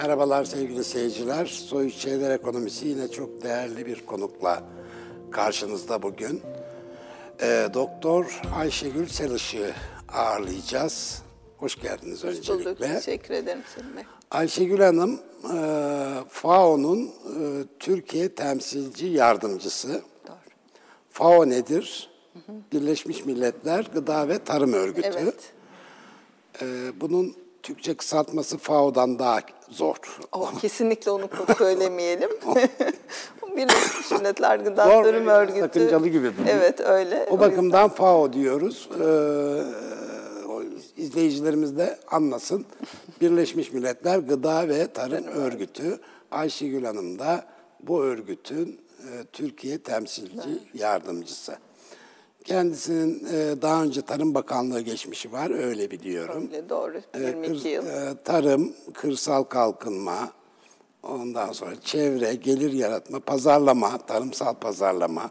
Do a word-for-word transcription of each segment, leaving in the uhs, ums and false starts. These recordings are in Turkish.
Merhabalar sevgili seyirciler. Soy Şeyler Ekonomisi yine çok değerli bir konukla karşınızda bugün. Ee, Doktor Ayşegül Selışık'ı ağırlayacağız. Hoş geldiniz Hoş öncelikle. bulduk. Teşekkür ederim Selim Bey. Ayşegül Hanım, e, F A O'nun e, Türkiye Temsilci Yardımcısı. Doğru. F A O nedir? Hı hı. Birleşmiş Milletler Gıda ve Tarım Örgütü. Evet. E, bunun Türkçe kısaltması F A O'dan daha zor. O, kesinlikle onu söylemeyelim. Birleşmiş Milletler Gıda Zor Tarım ve Örgütü. sakıncalı gibi duruyor. Evet öyle. O, o bakımdan F A O diyoruz. Ee, o izleyicilerimiz de anlasın. Birleşmiş Milletler Gıda ve Tarım Örgütü. Ayşegül Hanım da bu örgütün e, Türkiye Temsilci Yardımcısı. Kendisinin e, daha önce Tarım Bakanlığı geçmişi var, öyle biliyorum. Öyle, doğru. yirmi iki e, yıl. E, tarım, kırsal kalkınma, ondan sonra çevre, gelir yaratma, pazarlama, tarımsal pazarlama,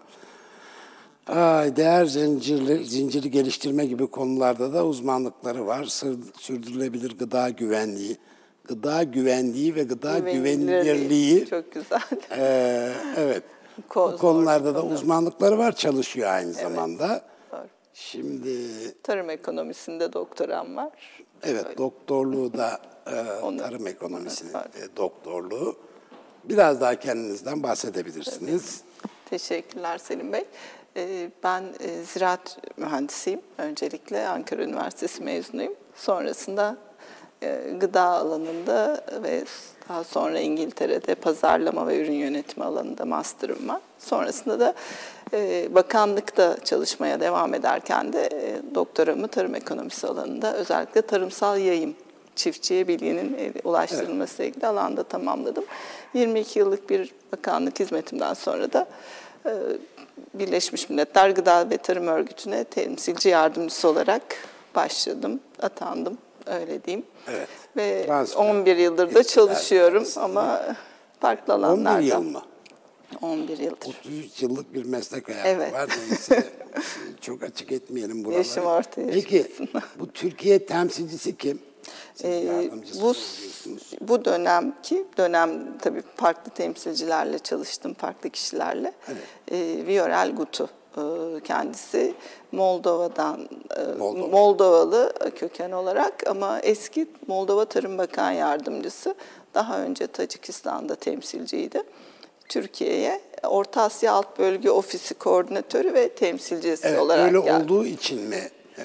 ay, değer zinciri, zinciri geliştirme gibi konularda da uzmanlıkları var. Sır, sürdürülebilir gıda güvenliği, gıda güvenliği ve gıda güvenilirliği. Çok güzel. E, evet. Ko- Bu konularda da konu. uzmanlıkları var, çalışıyor aynı evet. zamanda. Doğru. Şimdi tarım ekonomisinde doktoram var. Evet, Öyle. doktorluğu da e, Onu, tarım ekonomisi evet, e, doktorluğu. Biraz daha kendinizden bahsedebilirsiniz. Evet. Teşekkürler Selim Bey. Ee, ben e, ziraat mühendisiyim. Öncelikle Ankara Üniversitesi mezunuyum. Sonrasında e, gıda alanında ve daha sonra İngiltere'de pazarlama ve ürün yönetimi alanında master'ım var. Sonrasında da e, bakanlıkta çalışmaya devam ederken de e, doktoramı tarım ekonomisi alanında özellikle tarımsal yayım, çiftçiye bilginin ulaştırılması ile ilgili alanda tamamladım. yirmi iki yıllık bir bakanlık hizmetimden sonra da e, Birleşmiş Milletler Gıda ve Tarım Örgütü'ne temsilci yardımcısı olarak başladım, atandım. Öyle diyeyim. Evet. Ve Transfer on bir yıldır da çalışıyorum ama farklı alanlarda. on bir yıl mı? on bir yıldır. otuz üç yıllık bir meslek hayatı Evet. var. Neyse çok açık etmeyelim buraları. Yaşım ortaya Peki çıksın. bu Türkiye temsilcisi kim? Ee, bu bu dönemki dönem tabii farklı temsilcilerle çalıştım, farklı kişilerle. Evet. Ee, Viorel Gutu kendisi Moldova'dan Moldova. Moldovalı köken olarak ama eski Moldova Tarım Bakan Yardımcısı. Daha önce Tacikistan'da temsilciydi. Türkiye'ye Orta Asya Alt Bölge Ofisi Koordinatörü ve temsilcisi evet, olarak öyle geldi. olduğu için mi? E,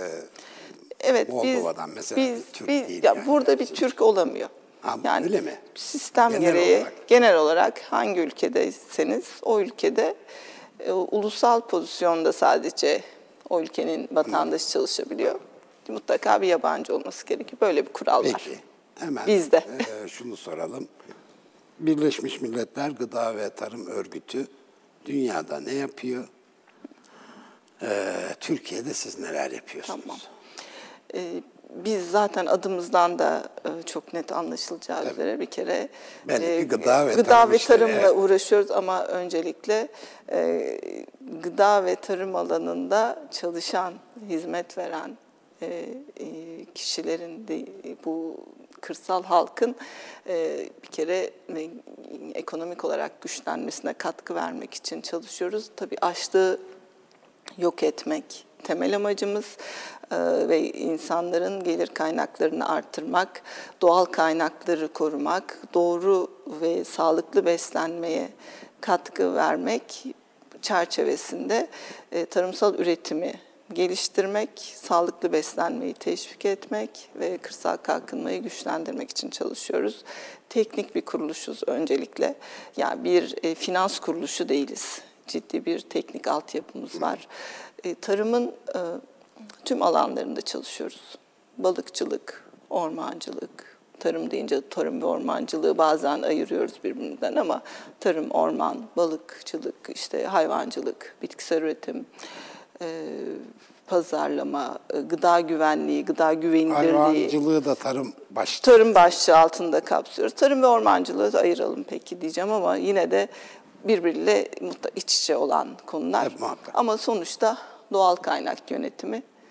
Evet, Moldova'dan biz, mesela biz, Türk biz, değil ya yani. burada bir Türk olamıyor. Ha, yani öyle mi? Sistem Genel gereği olarak. genel olarak hangi ülkedeyseniz o ülkede e, ulusal pozisyonda sadece o ülkenin vatandaşı Hı. çalışabiliyor. Mutlaka bir yabancı olması gerekiyor. Böyle bir kural Peki, var. Peki, hemen Bizde. E, şunu soralım. Birleşmiş Milletler Gıda ve Tarım Örgütü dünyada ne yapıyor? Ee, Türkiye'de siz neler yapıyorsunuz? Tamam. Ee, biz zaten adımızdan da e, çok net anlaşılacağı Tabii. üzere bir kere Belki gıda ve gıda tarım ve işleri, tarımla evet. uğraşıyoruz ama öncelikle e, gıda ve tarım alanında çalışan, hizmet veren e, e, kişilerin de bu kırsal halkın e, bir kere e, ekonomik olarak güçlenmesine katkı vermek için çalışıyoruz. Tabii açlığı yok etmek temel amacımız e, ve insanların gelir kaynaklarını artırmak, doğal kaynakları korumak, doğru ve sağlıklı beslenmeye katkı vermek çerçevesinde e, tarımsal üretimi geliştirmek, sağlıklı beslenmeyi teşvik etmek ve kırsal kalkınmayı güçlendirmek için çalışıyoruz. Teknik bir kuruluşuz öncelikle. Yani bir e, finans kuruluşu değiliz. Ciddi bir teknik altyapımız var. E, tarımın e, tüm alanlarında çalışıyoruz. Balıkçılık, ormancılık, tarım deyince tarım ve ormancılığı bazen ayırıyoruz birbirinden ama tarım, orman, balıkçılık, işte hayvancılık, bitkisel üretim, e, pazarlama, e, gıda güvenliği, gıda güvenilirliği. Hayvancılığı da tarım başlığı. Tarım başlığı altında kapsıyoruz. Tarım ve ormancılığı da ayıralım peki diyeceğim ama yine de birbiriyle iç içe olan konular. Evet, muhakkak. Ama sonuçta doğal kaynak yönetimi,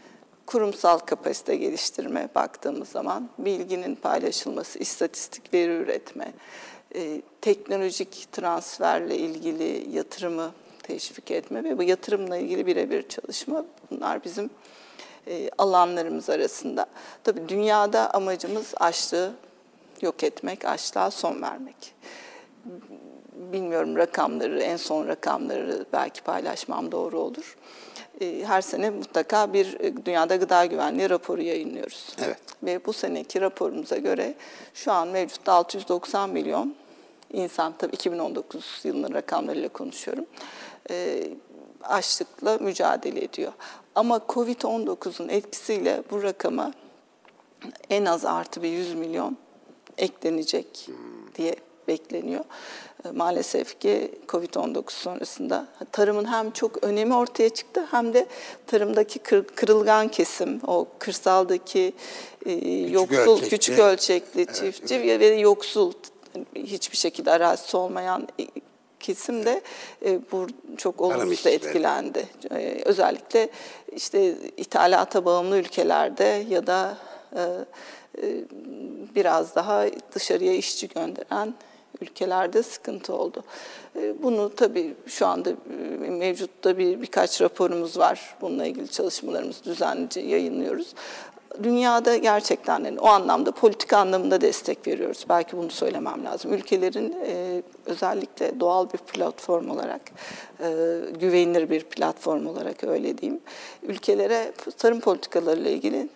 kurumsal kapasite geliştirme baktığımız zaman, bilginin paylaşılması, istatistik veri üretme, e, teknolojik transferle ilgili yatırımı teşvik etme ve bu yatırımla ilgili birebir çalışma, bunlar bizim e, alanlarımız arasında. Tabii dünyada amacımız açlığı yok etmek, açlığa son vermek. Bilmiyorum rakamları, en son rakamları belki paylaşmam doğru olur. Her sene mutlaka bir dünyada gıda güvenliği raporu yayınlıyoruz. Evet. Ve bu seneki raporumuza göre şu an mevcutta altı yüz doksan milyon insan, tabii iki bin on dokuz yılının rakamlarıyla konuşuyorum, açlıkla mücadele ediyor. Ama kovid on dokuzun etkisiyle bu rakama en az artı bir yüz milyon eklenecek diye bekleniyor. Maalesef ki kovid on dokuz sonrasında tarımın hem çok önemi ortaya çıktı hem de tarımdaki kırılgan kesim, o kırsaldaki küçük yoksul, ölçekli. küçük ölçekli evet, çiftçi evet. ve yoksul, hiçbir şekilde arazisi olmayan kesim de bu çok olumsuz etkilendi. Özellikle işte ithalata bağımlı ülkelerde ya da biraz daha dışarıya işçi gönderen ülkelerde sıkıntı oldu. Bunu tabii şu anda mevcutta bir birkaç raporumuz var. Bununla ilgili çalışmalarımızı düzenli yayınlıyoruz. Dünyada gerçekten yani o anlamda politika anlamında destek veriyoruz. Belki bunu söylemem lazım. Ülkelerin e, özellikle doğal bir platform olarak, e, güvenilir bir platform olarak öyle diyeyim, ülkelere tarım politikalarıyla ilgili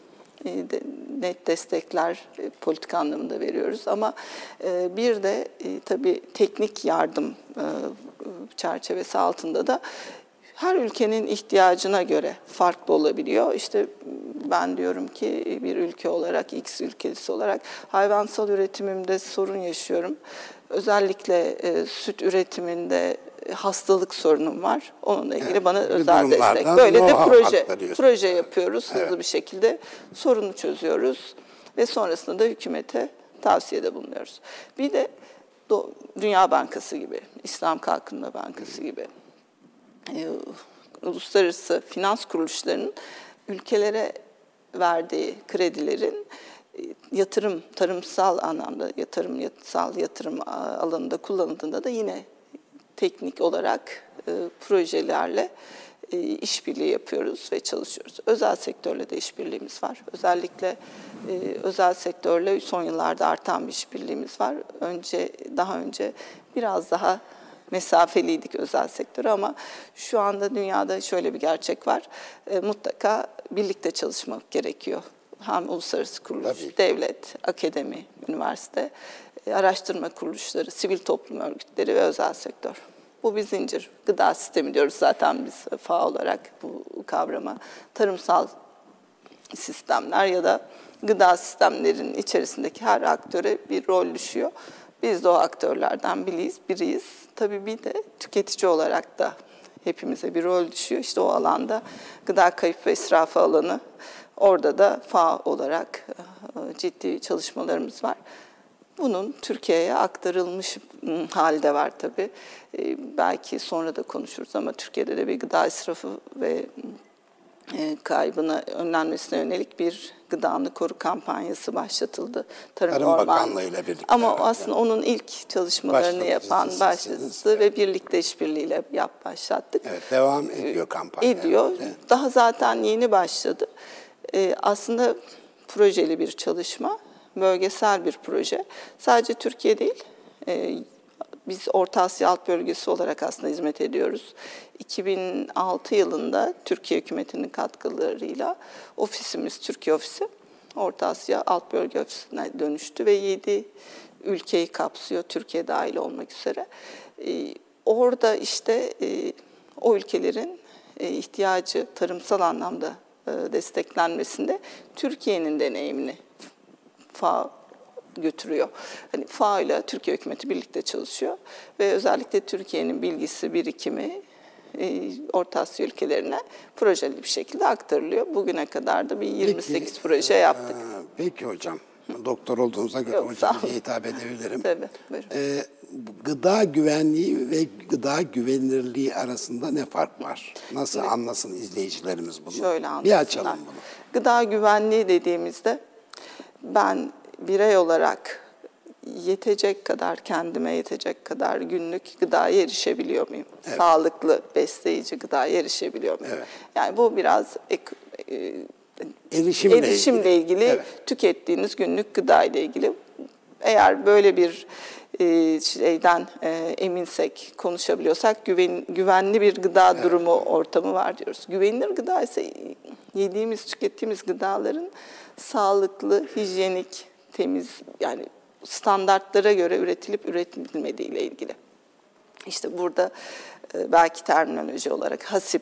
net destekler politika anlamında veriyoruz. Ama bir de tabii teknik yardım çerçevesi altında da her ülkenin ihtiyacına göre farklı olabiliyor. İşte ben diyorum ki bir ülke olarak, X ülkesi olarak hayvansal üretimimde sorun yaşıyorum. Özellikle süt üretiminde hastalık sorunum var. Onunla ilgili evet, bana özel destek. Böyle de proje proje yapıyoruz evet. hızlı bir şekilde. Sorunu çözüyoruz ve sonrasında da hükümete tavsiyede bulunuyoruz. Bir de Dünya Bankası gibi, İslam Kalkınma Bankası gibi e, uluslararası finans kuruluşlarının ülkelere verdiği kredilerin yatırım, tarımsal anlamda, yatırım, yatırımsal yatırım alanında kullanıldığında da yine teknik olarak e, projelerle e, işbirliği yapıyoruz ve çalışıyoruz. Özel sektörle de işbirliğimiz var. Özellikle e, özel sektörle son yıllarda artan bir işbirliğimiz var. Önce daha önce biraz daha mesafeliydik özel sektöre ama şu anda dünyada şöyle bir gerçek var. E, mutlaka birlikte çalışmak gerekiyor. Hem uluslararası kuruluş, Tabii. devlet, akademi, üniversite, araştırma kuruluşları, sivil toplum örgütleri ve özel sektör. Bu bir zincir. Gıda sistemi diyoruz zaten biz F A O olarak bu kavrama. Tarımsal sistemler ya da gıda sistemlerinin içerisindeki her aktöre bir rol düşüyor. Biz de o aktörlerden biriyiz. biriyiz. Tabii bir de tüketici olarak da hepimize bir rol düşüyor. İşte o alanda gıda kayıp ve israfı alanı. Orada da F A O olarak ciddi çalışmalarımız var. Bunun Türkiye'ye aktarılmış halde var tabii. Belki sonra da konuşuruz ama Türkiye'de de bir gıda israfı ve kaybına önlenmesine yönelik bir gıdanı koru kampanyası başlatıldı. Tarım, Tarım Orman. Bakanlığı ile birlikte. Ama aslında onun ilk çalışmalarını yapan başlatıcısı evet. ve birlikte işbirliğiyle yap başlattık. Evet, devam ediyor kampanya. Ediyor. Evet. Daha zaten yeni başladı. Ee, aslında projeli bir çalışma, bölgesel bir proje. Sadece Türkiye değil, e, biz Orta Asya Alt Bölgesi olarak aslında hizmet ediyoruz. iki bin altı yılında Türkiye hükümetinin katkılarıyla ofisimiz, Türkiye ofisi, Orta Asya Alt Bölge ofisine dönüştü ve yedi ülkeyi kapsıyor, Türkiye dahil olmak üzere. E, orada işte e, o ülkelerin e, ihtiyacı tarımsal anlamda desteklenmesinde Türkiye'nin deneyimini F A O götürüyor. Hani F A O ile Türkiye hükümeti birlikte çalışıyor ve özellikle Türkiye'nin bilgisi, birikimi e, Orta Asya ülkelerine projeli bir şekilde aktarılıyor. Bugüne kadar da bir yirmi sekiz peki, proje yaptık. E, peki hocam, Doktor olduğunuza göre Yok, sağ hocam diye olun. hitap edebilirim. Tabii, buyurun. Ee, gıda güvenliği ve gıda güvenilirliği arasında ne fark var? Nasıl anlasın izleyicilerimiz bunu? Şöyle Bir anlasınlar. açalım bunu. Gıda güvenliği dediğimizde ben birey olarak yetecek kadar, kendime yetecek kadar günlük gıdaya erişebiliyor muyum? Evet. Sağlıklı, besleyici gıdaya erişebiliyor muyum? Evet. Yani bu biraz ek, e, Erişimle, erişimle ilgili, ilgili. Evet. tükettiğiniz günlük gıda ile ilgili. Eğer böyle bir e, şeyden e, eminsek, konuşabiliyorsak güven, güvenli bir gıda evet. durumu, ortamı var diyoruz. Güvenilir gıda ise yediğimiz, tükettiğimiz gıdaların sağlıklı, hijyenik, temiz, yani standartlara göre üretilip üretilmediği ile ilgili. İşte burada e, belki terminoloji olarak hasip,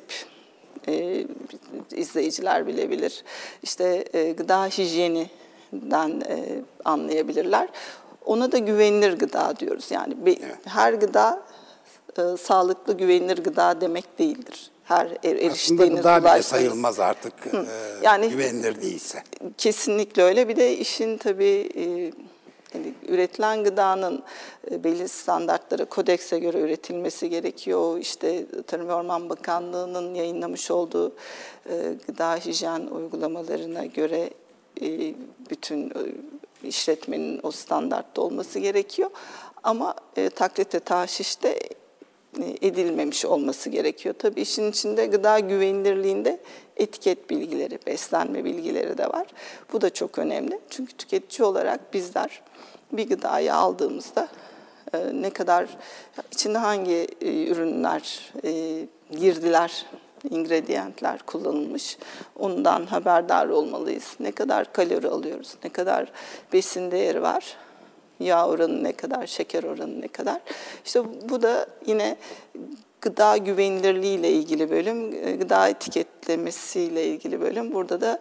e, izleyiciler bilebilir. İşte e, gıda hijyeninden e, anlayabilirler. Ona da güvenilir gıda diyoruz. Yani bir, evet. her gıda e, sağlıklı, güvenilir gıda demek değildir. Her er, aslında gıda bile sayılmaz artık e, yani, güvenilir değilse. Kesinlikle öyle. Bir de işin tabii e, yani üretilen gıdanın e, belli standartlara, kodekse göre üretilmesi gerekiyor. İşte Tarım ve Orman Bakanlığı'nın yayınlamış olduğu e, gıda hijyen uygulamalarına göre e, bütün e, işletmenin o standartta olması gerekiyor. Ama e, taklite taşişte edilmemiş olması gerekiyor. Tabii işin içinde gıda güvenilirliğinde etiket bilgileri, beslenme bilgileri de var. Bu da çok önemli. Çünkü tüketici olarak bizler bir gıdayı aldığımızda ne kadar, içinde hangi ürünler, girdiler, ingrediyentler kullanılmış, ondan haberdar olmalıyız. Ne kadar kalori alıyoruz, ne kadar besin değeri var, yağ oranı ne kadar, şeker oranı ne kadar. İşte bu da yine gıda güvenilirliği ile ilgili bölüm, gıda etiketlemesiyle ilgili bölüm. Burada da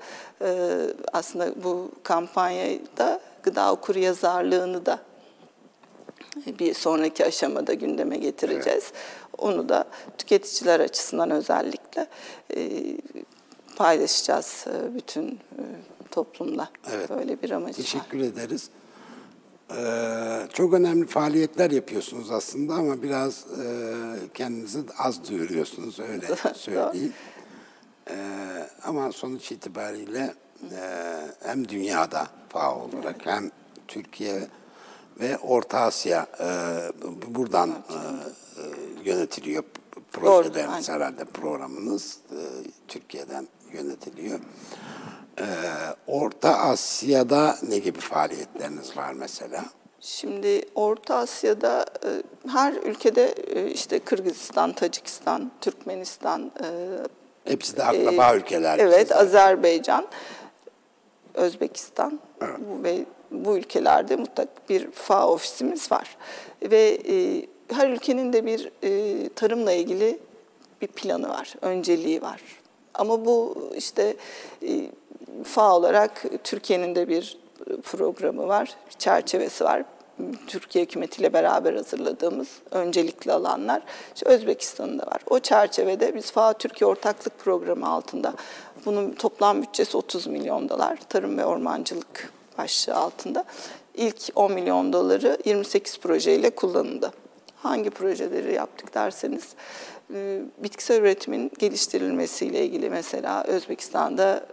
aslında bu kampanyada gıda okuryazarlığını da bir sonraki aşamada gündeme getireceğiz. Evet. Onu da tüketiciler açısından özellikle paylaşacağız bütün toplumla. Evet. Böyle bir amacı var. Teşekkür ederiz. Ee, çok önemli faaliyetler yapıyorsunuz aslında ama biraz e, kendinizi az duyuruyorsunuz, öyle söyleyeyim. Ee, ama sonuç itibariyle e, hem dünyada faal olarak hem Türkiye ve Orta Asya e, buradan e, yönetiliyor projeleriniz herhalde, programınız e, Türkiye'den yönetiliyor. Ee, Orta Asya'da ne gibi faaliyetleriniz var mesela? Şimdi Orta Asya'da her ülkede işte Kırgızistan, Tacikistan, Türkmenistan, hepsi de akraba e, ülkeler. Evet, size. Azerbaycan, Özbekistan, evet. Ve bu ülkelerde mutlak bir F A O ofisimiz var. Ve e, her ülkenin de bir e, tarımla ilgili bir planı var, önceliği var. Ama bu işte e, F A O olarak Türkiye'nin de bir programı var, bir çerçevesi var. Türkiye hükümetiyle beraber hazırladığımız öncelikli alanlar. İşte Özbekistan'ın da var. O çerçevede biz F A O Türkiye Ortaklık Programı altında, bunun toplam bütçesi otuz milyon dolar, tarım ve ormancılık başlığı altında. İlk on milyon doları yirmi sekiz projeyle kullanıldı. Hangi projeleri yaptık derseniz, bitkisel üretimin geliştirilmesiyle ilgili mesela Özbekistan'da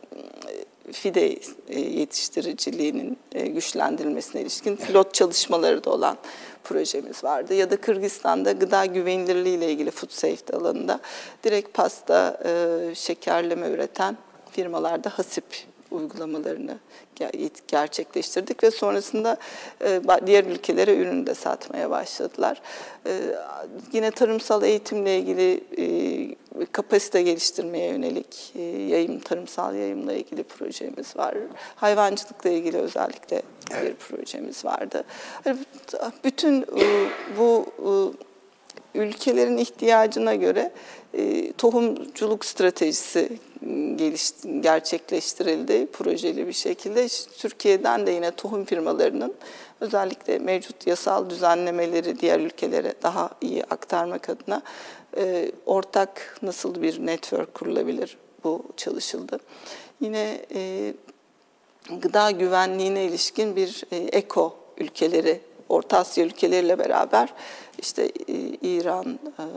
fide yetiştiriciliğinin güçlendirilmesine ilişkin pilot çalışmaları da olan projemiz vardı. Ya da Kırgızistan'da gıda güvenilirliği ile ilgili food safety alanında direkt pasta, şekerleme üreten firmalarda hasip uygulamalarını gerçekleştirdik ve sonrasında diğer ülkelere ürünü de satmaya başladılar. Yine tarımsal eğitimle ilgili kapasite geliştirmeye yönelik yayım, tarımsal yayımla ilgili projemiz var. Hayvancılıkla ilgili özellikle evet. bir projemiz vardı. Bütün bu ülkelerin ihtiyacına göre e, tohumculuk stratejisi geliş, gerçekleştirildi projeli bir şekilde. İşte Türkiye'den de yine tohum firmalarının özellikle mevcut yasal düzenlemeleri diğer ülkelere daha iyi aktarmak adına e, ortak nasıl bir network kurulabilir, bu çalışıldı. Yine e, gıda güvenliğine ilişkin bir e, eko ülkeleri, Orta Asya ülkeleriyle beraber işte e, İran,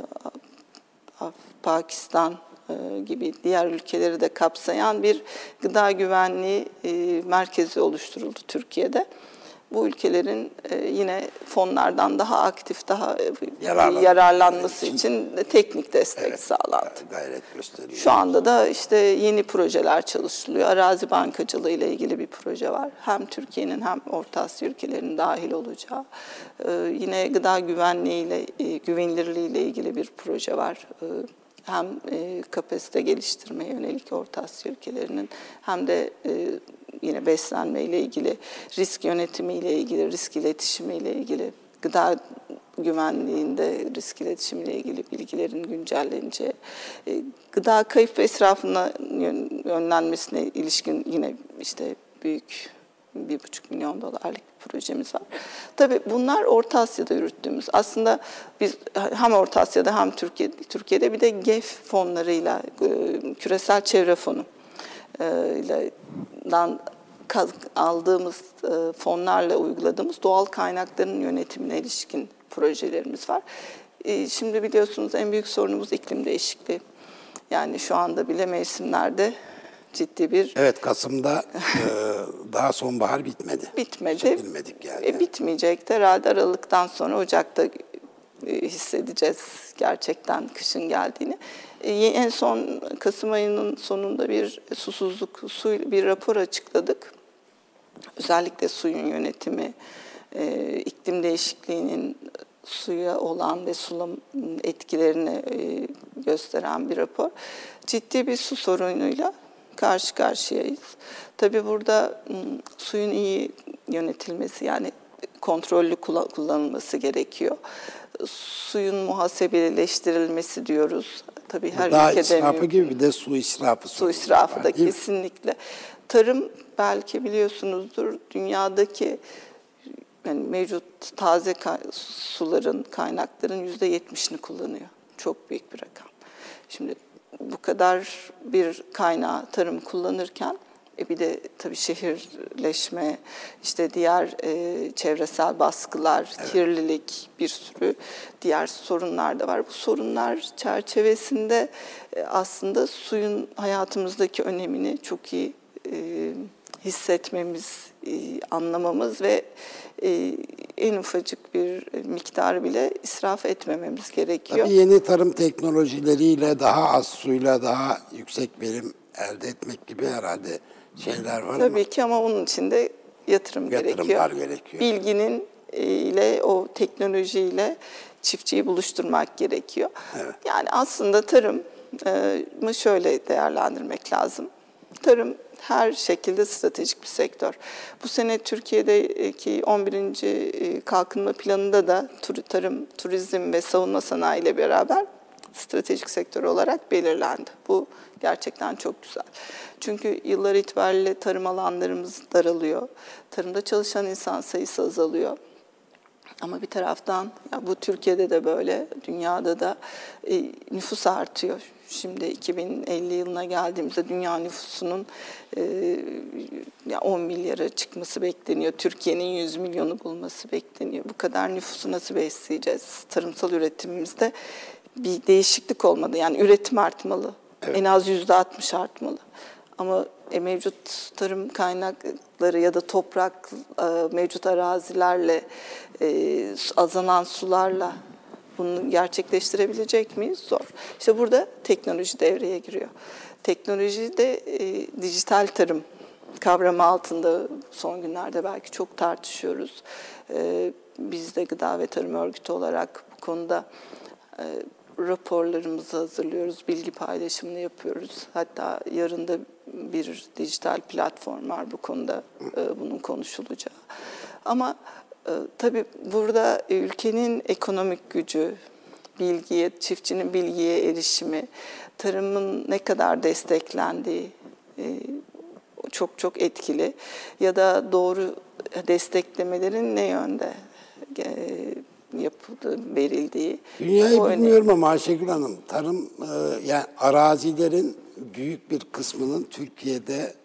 e, Pakistan e, gibi diğer ülkeleri de kapsayan bir gıda güvenliği e, merkezi oluşturuldu Türkiye'de. Bu ülkelerin e, yine fonlardan daha aktif, daha e, Yararlan- yararlanması için- için de teknik destek Evet, sağlandı. gayret gösteriyor. Şu anda da işte yeni projeler çalışılıyor. Arazi bankacılığı ile ilgili bir proje var. Hem Türkiye'nin hem Orta Asya ülkelerinin dahil olacağı. Ee, yine gıda güvenliği ile, e, güvenilirliği ile ilgili bir proje var. Ee, hem e, kapasite geliştirmeye yönelik Orta Asya ülkelerinin hem de e, yine beslenme ile ilgili, risk yönetimi ile ilgili, risk iletişimi ile ilgili, gıda güvenliğinde risk iletişimiyle ilgili bilgilerin güncelleneceği, e, gıda kayıp ve israfına yönlenmesine ilişkin yine işte büyük bir buçuk milyon dolarlık bir projemiz var. Tabii bunlar Orta Asya'da yürüttüğümüz. Aslında biz hem Orta Asya'da hem Türkiye, Türkiye'de bir de GEF fonlarıyla, küresel çevre fonu ile aldığımız fonlarla uyguladığımız doğal kaynakların yönetimine ilişkin projelerimiz var. Şimdi biliyorsunuz en büyük sorunumuz iklim değişikliği. Yani şu anda bile mevsimlerde ciddi bir... Evet, Kasım'da e, daha sonbahar bitmedi. Bitmedi. Çekilmedik yani. E, bitmeyecek de herhalde Aralık'tan sonra Ocak'ta e, hissedeceğiz gerçekten kışın geldiğini. E, en son Kasım ayının sonunda bir susuzluk, su bir rapor açıkladık. Özellikle suyun yönetimi, e, iklim değişikliğinin suya olan ve sulam etkilerini e, gösteren bir rapor. Ciddi bir su sorunuyla karşı karşıyayız. Tabii burada m, suyun iyi yönetilmesi, yani kontrollü kullanılması gerekiyor. Suyun muhasebeleştirilmesi diyoruz. Tabii her Gıda ülkede israfı mümkün. gibi bir de su israfı. Su israfı da var, değil mi? kesinlikle. Tarım, belki biliyorsunuzdur, dünyadaki yani mevcut taze kay- suların, kaynakların yüzde yetmişini kullanıyor. Çok büyük bir rakam. Şimdi bu kadar bir kaynağı tarım kullanırken e bir de tabii şehirleşme, işte diğer e, çevresel baskılar, evet, kirlilik, bir sürü diğer sorunlar da var. Bu sorunlar çerçevesinde e, aslında suyun hayatımızdaki önemini çok iyi e, hissetmemiz, e, anlamamız ve e, en ufacık bir miktar bile israf etmememiz gerekiyor. Tabii yeni tarım teknolojileriyle daha az suyla daha yüksek verim elde etmek gibi herhalde şeyler var. Tabii ama ki, ama onun için de yatırım yatırımlar gerekiyor. gerekiyor. Bilginin ile o teknolojiyle çiftçiyi buluşturmak gerekiyor. Evet. Yani aslında tarımı şöyle değerlendirmek lazım. Tarım her şekilde stratejik bir sektör. Bu sene Türkiye'deki on birinci kalkınma planında da tarım, turizm ve savunma sanayi ile beraber stratejik sektör olarak belirlendi. Bu gerçekten çok güzel. Çünkü yıllar itibariyle tarım alanlarımız daralıyor. Tarımda çalışan insan sayısı azalıyor. Ama bir taraftan, ya bu Türkiye'de de böyle, dünyada da e, nüfus artıyor. Şimdi iki bin elli yılına geldiğimizde dünya nüfusunun e, on milyara çıkması bekleniyor. Türkiye'nin yüz milyonu bulması bekleniyor. Bu kadar nüfusu nasıl besleyeceğiz? Tarımsal üretimimizde bir değişiklik olmadı. Yani üretim artmalı. Evet. En az yüzde altmış artmalı. Ama e, mevcut tarım kaynakları ya da toprak, e, mevcut arazilerle, e, azalan sularla bunu gerçekleştirebilecek miyiz? Zor. İşte burada teknoloji devreye giriyor. Teknoloji de e, dijital tarım kavramı altında son günlerde belki çok tartışıyoruz. E, biz de Gıda ve Tarım Örgütü olarak bu konuda e, raporlarımızı hazırlıyoruz, bilgi paylaşımını yapıyoruz. Hatta yarın da bir dijital platform var bu konuda, e, bunun konuşulacağı. Ama e, tabii burada ülkenin ekonomik gücü, bilgiye, çiftçinin bilgiye erişimi, tarımın ne kadar desteklendiği e, çok çok etkili. Ya da doğru desteklemelerin ne yönde e, yapıldığı, verildiği. Dünyayı o bilmiyorum ama Ayşegül Hanım, tarım e, yani arazilerin büyük bir kısmının Türkiye'de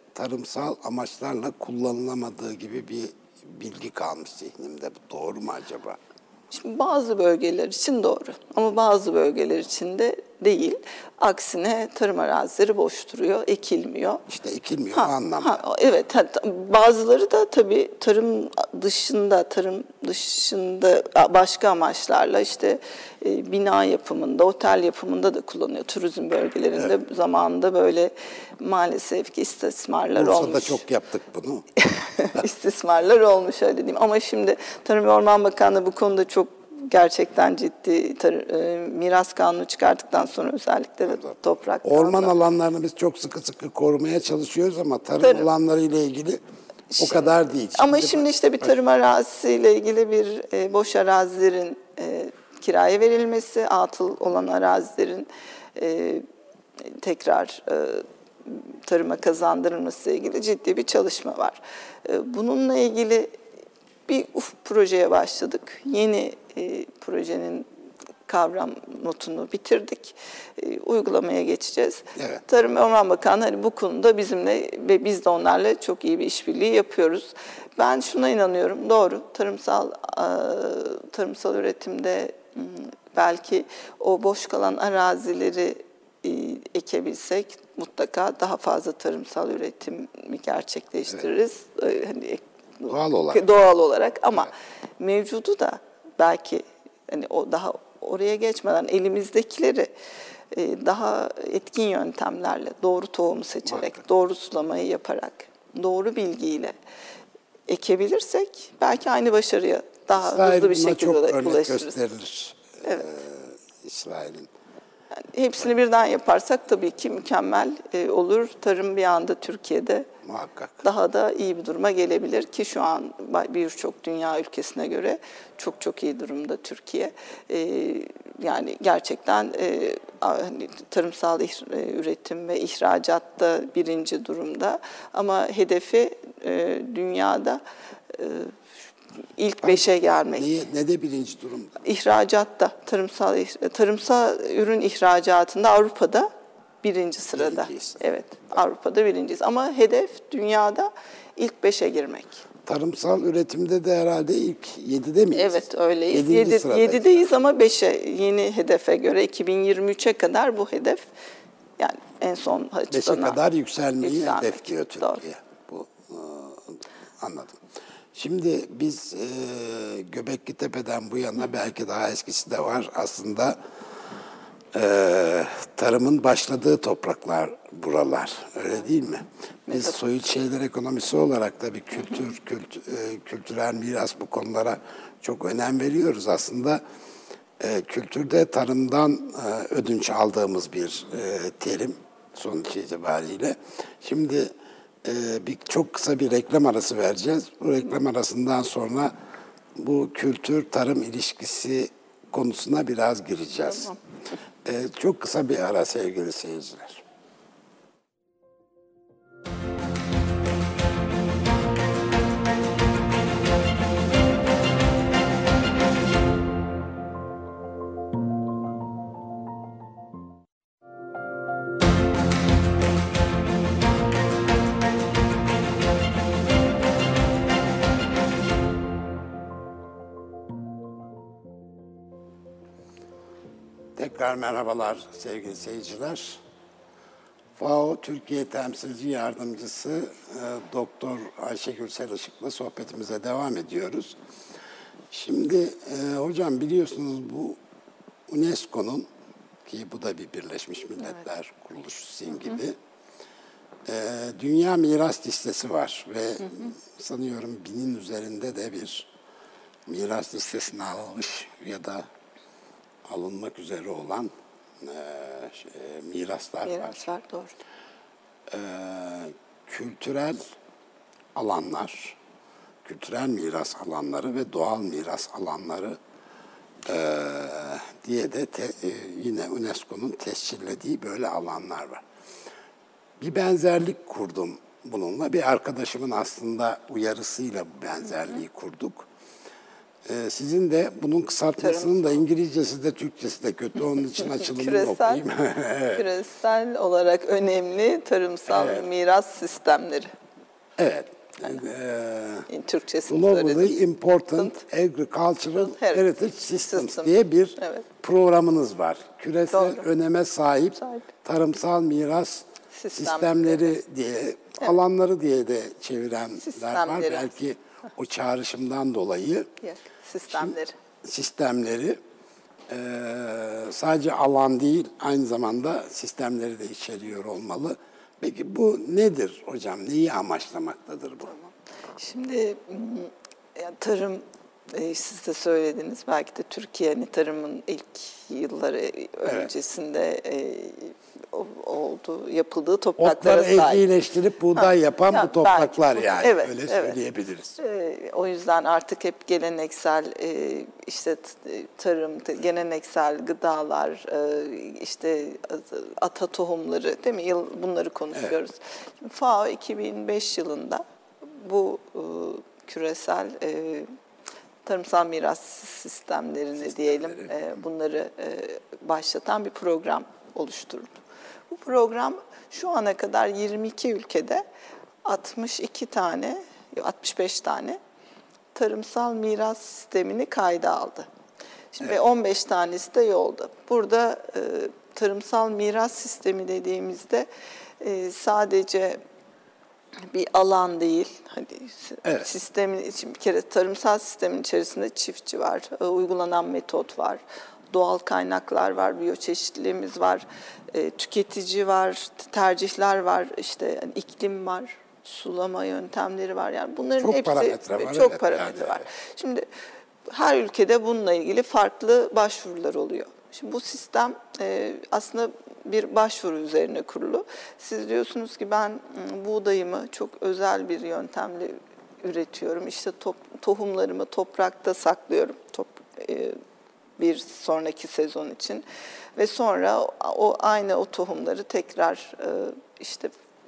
tarımsal amaçlarla kullanılamadığı gibi bir bilgi kalmış zihnimde. Bu doğru mu acaba? Şimdi bazı bölgeler için doğru ama bazı bölgeler için de değil. Aksine tarım arazileri boş duruyor, ekilmiyor. İşte ekilmiyor Ha, o anlamda. ha, evet, bazıları da tabii tarım dışında, tarım dışında başka amaçlarla işte e, bina yapımında, otel yapımında da kullanıyor. Turizm bölgelerinde evet. Zamanında böyle maalesef ki istismarlar Bursa'da olmuş. Bursa'da çok yaptık bunu. istismarlar olmuş öyle diyeyim. Ama şimdi Tarım ve Orman Bakanlığı bu konuda çok gerçekten ciddi tar- e, miras kanunu çıkarttıktan sonra özellikle de toprak Orman kanunu. alanlarını biz çok sıkı sıkı korumaya çalışıyoruz ama tarım, tarım. alanları ile ilgili o şimdi, kadar değil. Şimdi ama şimdi işte bir tarım arazisiyle ilgili bir e, boş arazilerin e, kiraya verilmesi, atıl olan arazilerin e, tekrar e, tarıma kazandırılması ile ilgili ciddi bir çalışma var. E, bununla ilgili bir uf projeye başladık. Yeni e, projenin kavram notunu bitirdik. E, uygulamaya geçeceğiz. Evet. Tarım ve Orman Bakanlığı hani bu konuda bizimle ve biz de onlarla çok iyi bir işbirliği yapıyoruz. Ben şuna inanıyorum. Doğru. Tarımsal e, tarımsal üretimde belki o boş kalan arazileri e, ekebilsek mutlaka daha fazla tarımsal üretimi gerçekleştiririz. Evet. E, hani Doğal olarak. Doğal olarak ama evet. Mevcudu da belki hani o daha oraya geçmeden elimizdekileri e, daha etkin yöntemlerle, doğru tohumu seçerek, Muhakkak. doğru sulamayı yaparak, doğru bilgiyle ekebilirsek belki aynı başarıya daha İsrail hızlı bir şekilde çok örnek ulaşırız. gösterilir. Evet. Ee, İsrail'in. Yani hepsini birden yaparsak tabii ki mükemmel e, olur. Tarım bir anda Türkiye'de Muhakkak. daha da iyi bir duruma gelebilir ki şu an birçok dünya ülkesine göre çok çok iyi durumda Türkiye. E, yani gerçekten e, hani tarımsal üretim ve ihracatta birinci durumda ama hedefi e, dünyada e, İlk beşe gelmek. Niye, ne de birinci durumda? İhracatta, tarımsal tarımsal ürün ihracatında Avrupa'da birinci sırada. Birinciyiz. Evet, Avrupa'da birinciyiz. Ama hedef dünyada ilk beşe girmek. Tarımsal üretimde de herhalde ilk yedide miyiz? Evet, öyleyiz. Yedi, yedideyiz ama beşe, yeni hedefe göre iki bin yirmi üçe kadar bu hedef, yani en son açıklanan. Beşe kadar yükselmeyi yükselmek. hedefliyor Türkiye. Doğru. Bu e, anladım. Şimdi biz e, Göbekli Tepe'den bu yana belki daha eskisi de var. Aslında e, tarımın başladığı topraklar buralar. Öyle değil mi? Biz evet. Soyut Şeyler Ekonomisi olarak da bir kültür, kült, e, kültürel miras bu konulara çok önem veriyoruz. Aslında e, kültürde tarımdan e, ödünç aldığımız bir e, terim sonuç itibariyle. Şimdi Ee, bir çok kısa bir reklam arası vereceğiz. Bu reklam arasından sonra bu kültür-tarım ilişkisi konusuna biraz gireceğiz. Tamam. Ee, çok kısa bir ara sevgili seyirciler. Tekrar merhabalar sevgili seyirciler. F A O Türkiye Temsilci Yardımcısı e, Doktor Ayşegül Selışık'la sohbetimize devam ediyoruz. Şimdi e, hocam biliyorsunuz bu UNESCO'nun, ki bu da bir Birleşmiş Milletler evet. kuruluşu sizin gibi, e, Dünya Miras Listesi var ve hı hı. sanıyorum binin üzerinde de bir miras listesine alınmış ya da alınmak üzere olan e, şey, miraslar Miras var. Miraslar, doğru. E, kültürel alanlar, kültürel miras alanları ve doğal miras alanları e, diye de te, e, yine UNESCO'nun tescillediği böyle alanlar var. Bir benzerlik kurdum bununla. Bir arkadaşımın aslında uyarısıyla bu benzerliği kurduk. Ee, sizin de bunun kısaltmasının da İngilizcesi de Türkçesi de kötü. Onun için açılımını Küresel, okuyayım. Evet. küresel olarak önemli tarımsal Evet. miras sistemleri. Evet. Ee, Türkçesini Globally söyledim. Important Agricultural Heritage Systems System. diye bir Evet. programınız var. Küresel Doğru. öneme sahip, Sahip. tarımsal miras Sistem. sistemleri diye, alanları diye de çevirenler var. Sistemleri. Belki o çağrışımdan dolayı. Yok, sistemleri. Sistemleri eee, sadece alan değil, aynı zamanda sistemleri de içeriyor olmalı. Peki bu nedir hocam? Neyi amaçlamaktadır bu? Şimdi yani tarım, e, siz de söylediniz, belki de Türkiye'nin tarımın ilk yılları öncesinde e, oldu, yapıldığı topraklara Otları sahip. ehlileştirip buğday Ha, yapan ya bu topraklar belki, yani, evet, öyle evet. söyleyebiliriz. E, o yüzden artık hep geleneksel e, işte t- tarım, t- geleneksel gıdalar, e, işte ata tohumları, değil mi? Yıl bunları konuşuyoruz. Şimdi FAO iki bin beş yılında bu e, küresel e, tarımsal miras sistemlerini diyelim, e, bunları e, başlatan bir program oluşturdu. Bu program şu ana kadar yirmi iki ülkede altmış iki tane, altmış beş tane tarımsal miras sistemini kayda aldı. Şimdi evet. on beş tanesi de yolda. Burada e, tarımsal miras sistemi dediğimizde e, sadece bir alan değil, hani evet. sistemin için bir kere tarımsal sistemin içerisinde çiftçi var, e, uygulanan metot var, doğal kaynaklar var, biyoçeşitliliğimiz var, e, tüketici var, tercihler var, işte yani iklim var, sulama yöntemleri var. Yani bunların çok hepsi parametre var, çok evet, parametre yani. var. Şimdi her ülkede bununla ilgili farklı başvurular oluyor. Şimdi bu sistem e, aslında bir başvuru üzerine kurulu. Siz diyorsunuz ki ben buğdayımı çok özel bir yöntemle üretiyorum. İşte top, tohumlarımı toprakta saklıyorum top, e, bir sonraki sezon için. Ve sonra o aynı o tohumları tekrar e, işte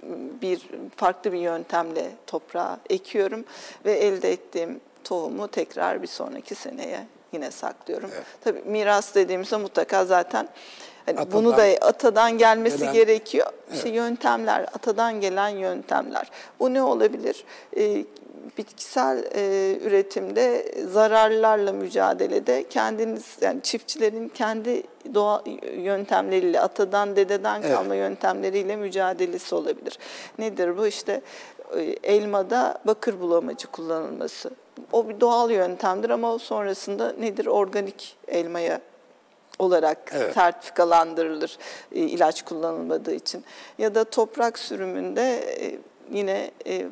bir farklı bir yöntemle toprağa ekiyorum ve elde ettiğim tohumu tekrar bir sonraki seneye yine saklıyorum. Evet. Tabii miras dediğimizde mutlaka zaten hani atadan, bunu da atadan gelmesi gelen, gerekiyor. Evet. İşte yöntemler, atadan gelen yöntemler. Bu ne olabilir? Ee, bitkisel e, üretimde zararlarla mücadelede kendiniz, yani çiftçilerin kendi doğa yöntemleriyle, atadan dededen kalma evet. yöntemleriyle mücadelesi olabilir. Nedir bu? İşte e, elmada bakır bulamacı kullanılması. O bir doğal yöntemdir ama sonrasında nedir? Organik elmaya olarak evet. sertifikalandırılır e, ilaç kullanılmadığı için. Ya da toprak sürümünde e, yine e,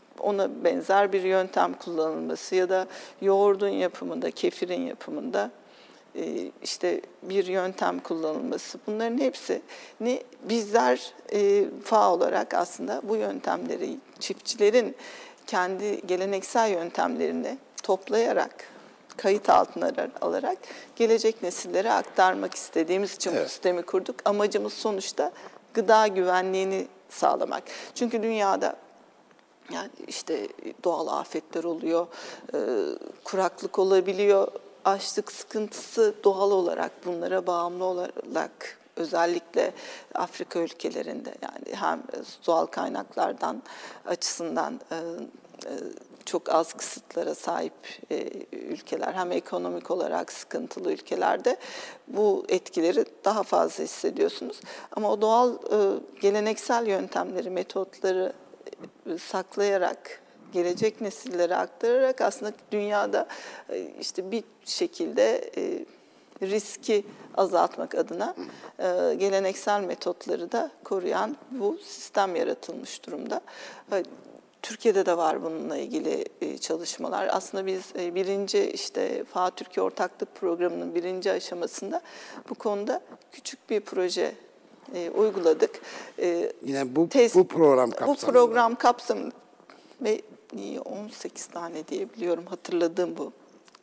ona benzer bir yöntem kullanılması ya da yoğurdun yapımında, kefirin yapımında e, işte bir yöntem kullanılması. Bunların hepsini bizler e, FAO olarak aslında bu yöntemleri çiftçilerin kendi geleneksel yöntemlerini toplayarak, kayıt altına alarak gelecek nesillere aktarmak istediğimiz için evet. bu sistemi kurduk. Amacımız sonuçta gıda güvenliğini sağlamak. Çünkü dünyada yani işte doğal afetler oluyor, e, kuraklık olabiliyor, açlık sıkıntısı doğal olarak bunlara bağımlı olarak özellikle Afrika ülkelerinde yani hem doğal kaynaklardan açısından e, e, çok az kısıtlara sahip e, ülkeler hem ekonomik olarak sıkıntılı ülkelerde bu etkileri daha fazla hissediyorsunuz. Ama o doğal e, geleneksel yöntemleri, metotları e, saklayarak, gelecek nesillere aktararak aslında dünyada e, işte bir şekilde e, riski azaltmak adına e, geleneksel metotları da koruyan bu sistem yaratılmış durumda. E, Türkiye'de de var bununla ilgili çalışmalar. Aslında biz birinci işte FAO Türkiye Ortaklık Programı'nın birinci aşamasında bu konuda küçük bir proje e, uyguladık. E, Yine bu, Test, bu program kapsamında. Bu program kapsamında ve on sekiz tane diye biliyorum, hatırladığım bu.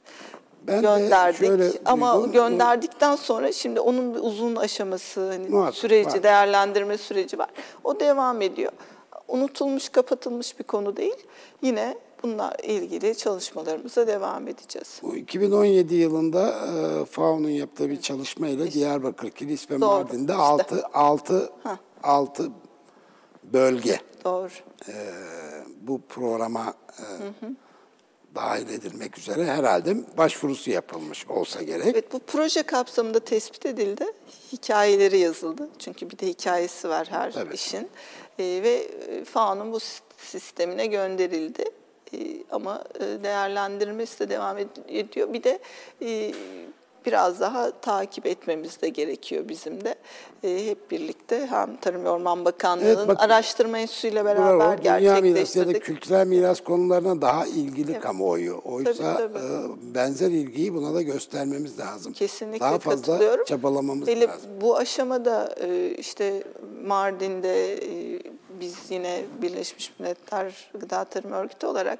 Ben gönderdik ama duydum, gönderdikten sonra şimdi onun bir uzun aşaması, hani muhakkak, süreci, var. değerlendirme süreci var. O devam ediyor. Unutulmuş, kapatılmış bir konu değil. Yine bununla ilgili çalışmalarımıza devam edeceğiz. Bu iki bin on yedi yılında e, F A O'nun yaptığı bir çalışmayla Diyarbakır, Kilis ve Doğru, Mardin'de işte. altı altı altı bölge Doğru. e, bu programa e, dahil edilmek üzere herhalde başvurusu yapılmış olsa gerek. Evet, bu proje kapsamında tespit edildi. Hikayeleri yazıldı. Çünkü bir de hikayesi var her Evet. işin. E, ve F A O'nun bu sistemine gönderildi. E, ama e, değerlendirmesi de devam ediyor. Bir de e, biraz daha takip etmemiz de gerekiyor bizim de. E, hep birlikte hem Tarım ve Orman Bakanlığı'nın Evet, bak- araştırma enstitüsüyle beraber Bravo, dünya mirası ya da gerçekleştirdik. kültürel miras konularına daha ilgili kamuoyu. Oysa Tabii, tabii. e, benzer ilgiyi buna da göstermemiz lazım. Kesinlikle daha fazla katılıyorum. çabalamamız Hele lazım. bu aşamada e, işte Mardin'de e, biz yine Birleşmiş Milletler Gıda Tarım Örgütü olarak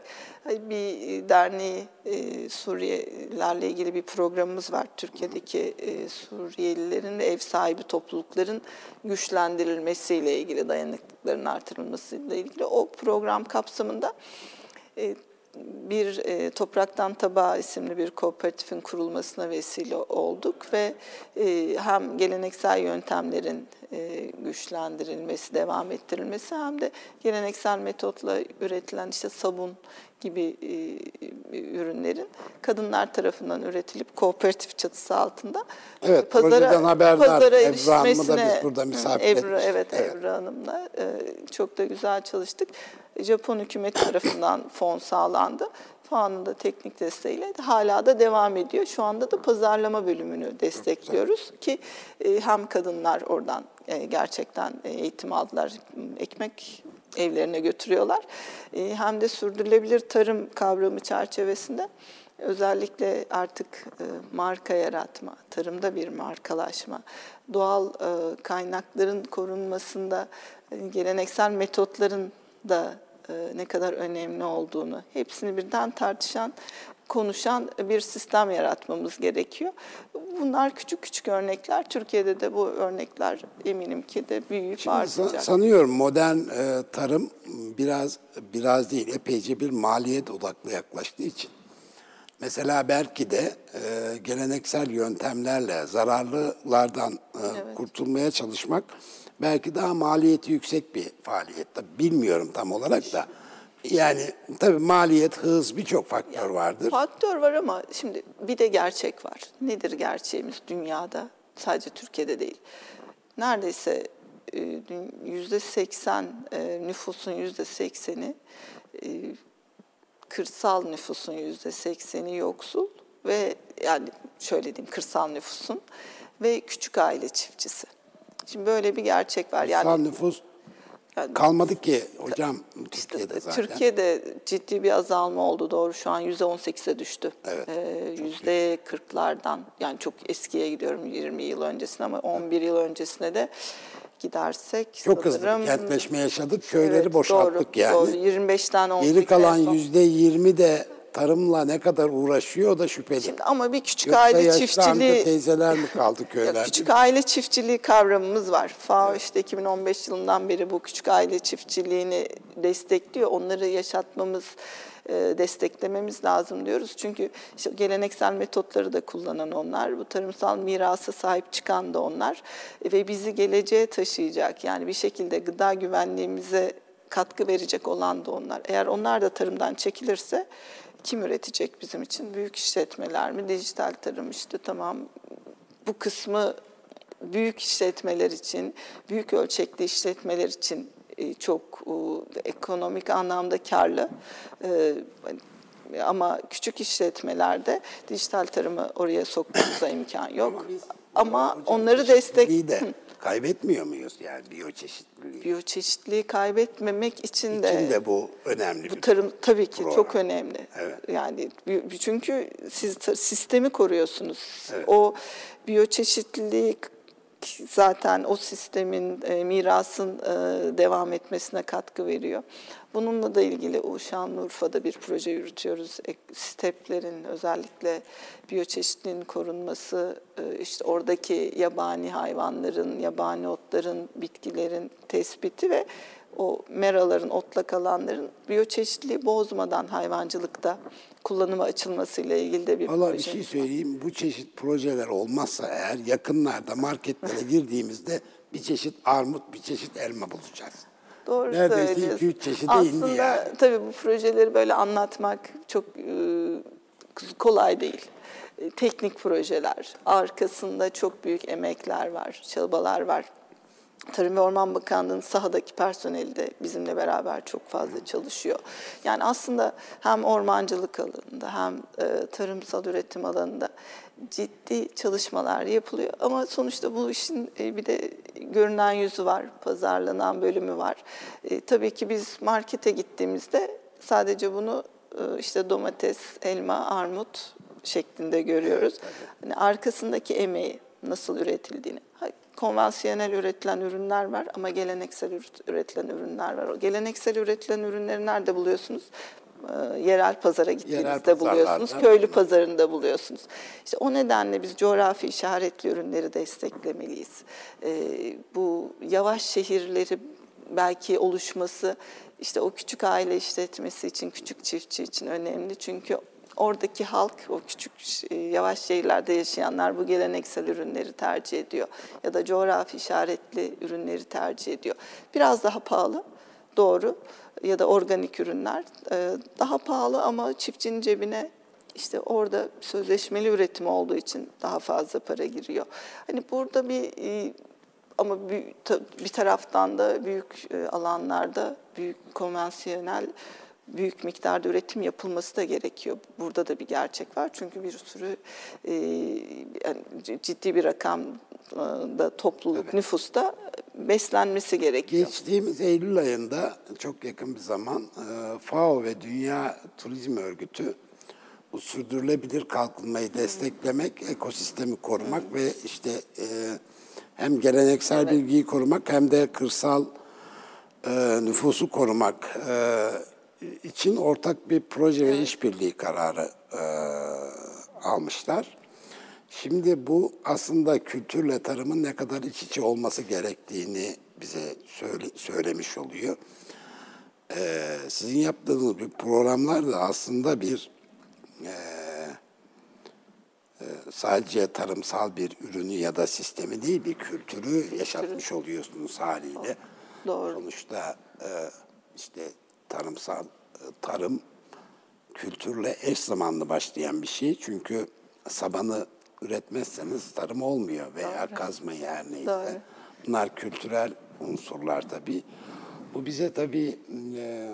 bir derneği, e, Suriyelilerle ilgili bir programımız var. Türkiye'deki e, Suriyelilerin ve ev sahibi toplulukların güçlendirilmesiyle ilgili, dayanıklılıklarının artırılmasıyla ilgili o program kapsamında e, bir e, Topraktan Tabağa isimli bir kooperatifin kurulmasına vesile olduk ve e, hem geleneksel yöntemlerin e, güçlendirilmesi, devam ettirilmesi hem de geleneksel metotla üretilen işte sabun gibi e, ürünlerin kadınlar tarafından üretilip kooperatif çatısı altında Evet, projeden haberdar. pazara Ebru Hanım'ı da erişmesine, biz burada misafir Ebru, etmiştik. evet, Evet. Ebru Hanım'la e, çok da güzel çalıştık. Japon hükümeti tarafından fon sağlandı. F A O'nun da teknik desteğiyle de hala da devam ediyor. Şu anda da pazarlama bölümünü destekliyoruz ki e, hem kadınlar oradan e, gerçekten eğitim aldılar, ekmek evlerine götürüyorlar. E, hem de sürdürülebilir tarım kavramı çerçevesinde özellikle artık e, marka yaratma, tarımda bir markalaşma, doğal e, kaynakların korunmasında e, geleneksel metotların da e, ne kadar önemli olduğunu, hepsini birden tartışan, konuşan bir sistem yaratmamız gerekiyor. Bunlar küçük küçük örnekler. Türkiye'de de bu örnekler eminim ki de büyüyüp Şimdi artacak. sanıyorum modern e, tarım biraz biraz değil epeyce bir maliyet odaklı yaklaştığı için. Mesela belki de e, geleneksel yöntemlerle zararlılardan e, Evet. kurtulmaya çalışmak belki daha maliyeti yüksek bir faaliyet. Tabii bilmiyorum tam olarak da. Yani tabii maliyet, hız birçok faktör vardır. Faktör var ama şimdi bir de gerçek var. Nedir gerçeğimiz dünyada? Sadece Türkiye'de değil. Neredeyse yüzde seksen nüfusun yüzde sekseni, kırsal nüfusun yüzde sekseni yoksul ve yani şöyle diyeyim kırsal nüfusun ve küçük aile çiftçisi. Şimdi böyle bir gerçek var. Yani Kırsal nüfus yani, kalmadı ki hocam İşte Türkiye'de zaten. Türkiye'de ciddi bir azalma oldu doğru şu an yüzde on sekize düştü. Evet, Yüzde kırklardan yani çok eskiye gidiyorum yirmi yıl öncesine ama on bir yıl öncesine de gidersek Çok hızlı sanırım, bir kentleşme yaşadık. Köyleri evet, boşalttık doğru, yani. Doğru. yirmi beşten on sekize Geri kalan son. yüzde yirmi de tarımla ne kadar uğraşıyor o da şüpheli. Şimdi ama bir küçük Yoksa aile yaşlı çiftçiliği amca teyzeler mi kaldı Ya köylerde? küçük aile çiftçiliği kavramımız var. F A O işte iki bin on beş yılından beri bu küçük aile çiftçiliğini destekliyor. Onları yaşatmamız, e, desteklememiz lazım diyoruz. Çünkü işte geleneksel metotları da kullanan onlar. Bu tarımsal mirasa sahip çıkan da onlar. Ve bizi geleceğe taşıyacak. Yani bir şekilde gıda güvenliğimize katkı verecek olan da onlar. Eğer onlar da tarımdan çekilirse kim üretecek bizim için? Büyük işletmeler mi? Dijital tarım işte tamam. Bu kısmı büyük işletmeler için, büyük ölçekli işletmeler için çok ekonomik anlamda karlı. Ama küçük işletmelerde dijital tarımı oraya sokmamıza imkan yok. Ama, biz, Ama hocam, onları destek... de kaybetmiyor muyuz yani biyoçeşitliliği? Biyoçeşitliliği kaybetmemek için de... İçin de bu önemli bu bir tarım tabii ki program. çok önemli. Evet. Yani çünkü siz sistemi koruyorsunuz. Evet. O biyoçeşitliliği zaten o sistemin, e, mirasın e, devam etmesine katkı veriyor. Bununla da ilgili Şanlıurfa'da bir proje yürütüyoruz. E, steplerin özellikle biyoçeşitliliğin korunması, e, işte oradaki yabani hayvanların, yabani otların, bitkilerin tespiti ve o meraların, otlak alanların biyoçeşitliliği bozmadan hayvancılıkta kullanıma açılmasıyla ilgili de bir Vallahi bir proje. şey söyleyeyim. Bu çeşit projeler olmazsa eğer yakınlarda marketlere girdiğimizde bir çeşit armut, bir çeşit elma bulacağız. Doğru Neredeyse söylüyorsun. iki üç çeşide Aslında indi yani. tabii bu projeleri böyle anlatmak çok e, kolay değil. E, teknik projeler, arkasında çok büyük emekler var, çabalar var. Tarım ve Orman Bakanlığı'nın sahadaki personeli de bizimle beraber çok fazla çalışıyor. Yani aslında hem ormancılık alanında hem e, tarımsal üretim alanında ciddi çalışmalar yapılıyor. Ama sonuçta bu işin e, bir de görünen yüzü var, pazarlanan bölümü var. E, tabii ki biz markete gittiğimizde sadece bunu e, işte domates, elma, armut şeklinde görüyoruz. Hani arkasındaki emeği nasıl üretildiğini. Konvansiyonel üretilen ürünler var ama geleneksel üretilen ürünler var. O geleneksel üretilen ürünleri nerede buluyorsunuz? Ee, yerel pazara gittiğinizde buluyorsunuz. Köylü pazarında buluyorsunuz. İşte o nedenle biz coğrafi işaretli ürünleri desteklemeliyiz. Ee, bu yavaş şehirleri belki oluşması işte o küçük aile işletmesi için, küçük çiftçi için önemli. Çünkü oradaki halk, o küçük yavaş şehirlerde yaşayanlar bu geleneksel ürünleri tercih ediyor. Ya da coğrafi işaretli ürünleri tercih ediyor. Biraz daha pahalı, doğru. Ya da organik ürünler daha pahalı ama çiftçinin cebine işte orada sözleşmeli üretim olduğu için daha fazla para giriyor. Hani burada bir ama bir taraftan da büyük alanlarda büyük konvansiyonel büyük miktarda üretim yapılması da gerekiyor. Burada da bir gerçek var. Çünkü bir sürü e, yani ciddi bir rakamda topluluk, evet, nüfusta beslenmesi gerekiyor. Geçtiğimiz Eylül ayında çok yakın bir zaman F A O ve Dünya Turizm Örgütü bu sürdürülebilir kalkınmayı desteklemek, hmm. ekosistemi korumak hmm. ve işte e, hem geleneksel evet. bilgiyi korumak hem de kırsal e, nüfusu korumak e, için ortak bir proje evet. ve işbirliği kararı e, almışlar. Şimdi bu aslında kültürle tarımın ne kadar iç içe olması gerektiğini bize söyle, söylemiş oluyor. E, sizin yaptığınız bir programlar da aslında bir e, e, sadece tarımsal bir ürünü ya da sistemi değil, bir kültürü yaşatmış oluyorsunuz haliyle. Doğru. Sonuçta e, işte tarımsal tarım kültürle eş zamanlı başlayan bir şey. Çünkü sabanı üretmezseniz tarım olmuyor veya Doğru. kazmayı her neyse. Doğru. Bunlar kültürel unsurlar tabii. Bu bize tabii e,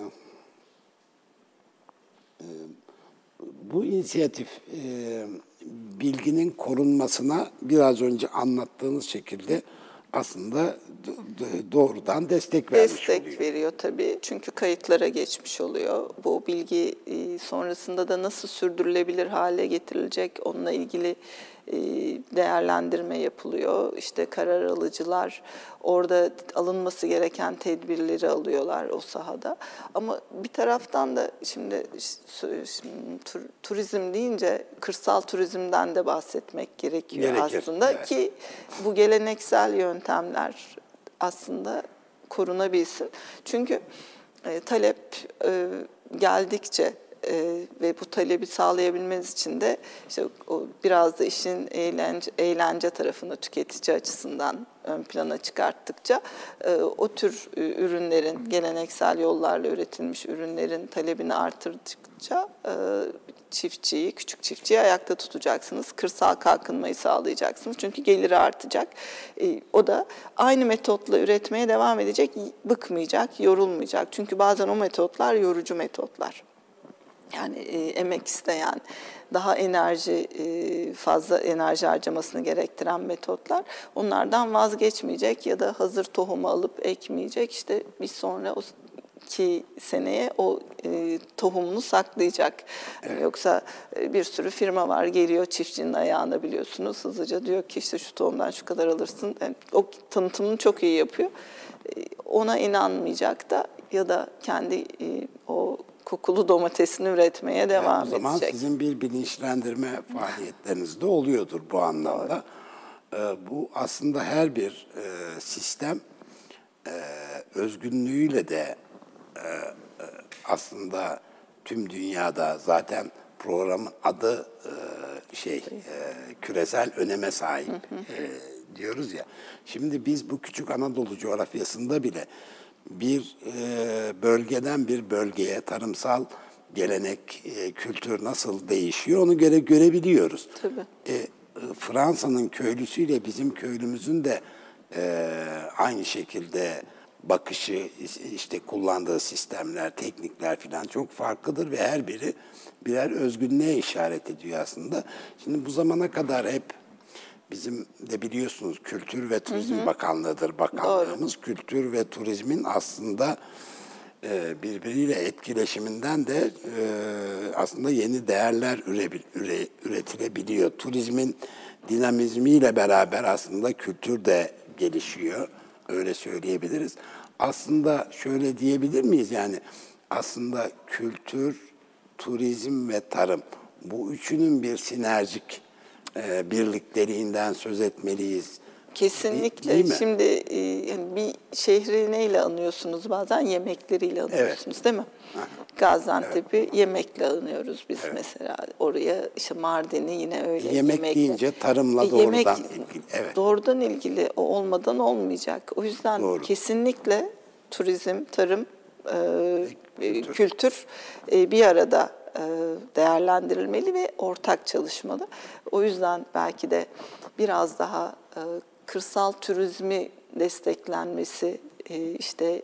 e, bu inisiyatif e, bilginin korunmasına biraz önce anlattığınız şekilde aslında doğrudan destek vermiş destek oluyor. Destek veriyor tabii. Çünkü kayıtlara geçmiş oluyor. Bu bilgi sonrasında da nasıl sürdürülebilir hale getirilecek onunla ilgili değerlendirme yapılıyor. İşte karar alıcılar orada alınması gereken tedbirleri alıyorlar o sahada. Ama bir taraftan da şimdi, şimdi turizm deyince kırsal turizmden de bahsetmek gerekiyor Gerekir, aslında evet. ki bu geleneksel yöntemler aslında korunabilsin. Çünkü e, talep e, geldikçe e, ve bu talebi sağlayabilmeniz için de işte o biraz da işin eğlence, eğlence tarafını tüketici açısından ön plana çıkarttıkça e, o tür e, ürünlerin, geleneksel yollarla üretilmiş ürünlerin talebini artırdıkça e, çiftçiyi, küçük çiftçiyi ayakta tutacaksınız. Kırsal kalkınmayı sağlayacaksınız. Çünkü geliri artacak. E, o da aynı metotla üretmeye devam edecek, bıkmayacak, yorulmayacak. Çünkü bazen o metotlar yorucu metotlar. Yani e, emek isteyen, daha enerji, e, fazla enerji harcamasını gerektiren metotlar. Onlardan vazgeçmeyecek ya da hazır tohumu alıp ekmeyecek. İşte bir sonra o iki seneye o e, tohumunu saklayacak. Evet. Yoksa e, bir sürü firma var, geliyor çiftçinin ayağına biliyorsunuz. Hızlıca diyor ki işte şu tohumdan şu kadar alırsın. Yani o tanıtımını çok iyi yapıyor. E, ona inanmayacak da ya da kendi e, o kokulu domatesini üretmeye devam edecek. O zaman edecek. Sizin bir bilinçlendirme faaliyetleriniz de oluyordur bu anlamda. Ee, bu aslında her bir e, sistem e, özgünlüğüyle de e, e, aslında tüm dünyada zaten programın adı e, şey e, küresel öneme sahip e, diyoruz ya. Şimdi biz bu küçük Anadolu coğrafyasında bile bir e, bölgeden bir bölgeye tarımsal gelenek, e, kültür nasıl değişiyor onu göre görebiliyoruz. Tabii. E, e, Fransa'nın köylüsüyle bizim köylümüzün de e, aynı şekilde bakışı, işte kullandığı sistemler, teknikler falan çok farklıdır ve her biri birer özgünlüğe işaret ediyor aslında. Şimdi bu zamana kadar hep bizim de biliyorsunuz Kültür ve Turizm hı hı. Bakanlığı'dır bakanlığımız. Doğru. Kültür ve turizmin aslında e, birbiriyle etkileşiminden de e, aslında yeni değerler üre, üre, üretilebiliyor. Turizmin dinamizmiyle beraber aslında kültür de gelişiyor. Öyle söyleyebiliriz. Aslında şöyle diyebilir miyiz? Yani aslında kültür, turizm ve tarım bu üçünün bir sinerjik e, birlikteliğinden söz etmeliyiz. Kesinlikle. Değil, değil mi? Şimdi e, yani bir şehri neyle anıyorsunuz bazen? Yemekleriyle anıyorsunuz, evet. Değil mi? Aha. Gaziantep'i evet. Yemekle anıyoruz biz evet. Mesela. Oraya işte Mardin'i yine öyle. Yemek yemekle. Deyince tarımla doğrudan Yemek, ilgili. Evet. Doğrudan ilgili. O olmadan olmayacak. O yüzden Doğru. kesinlikle turizm, tarım, e, kültür, kültür e, bir arada e, değerlendirilmeli ve ortak çalışmalı. O yüzden belki de biraz daha e, kırsal turizmi desteklenmesi, e, işte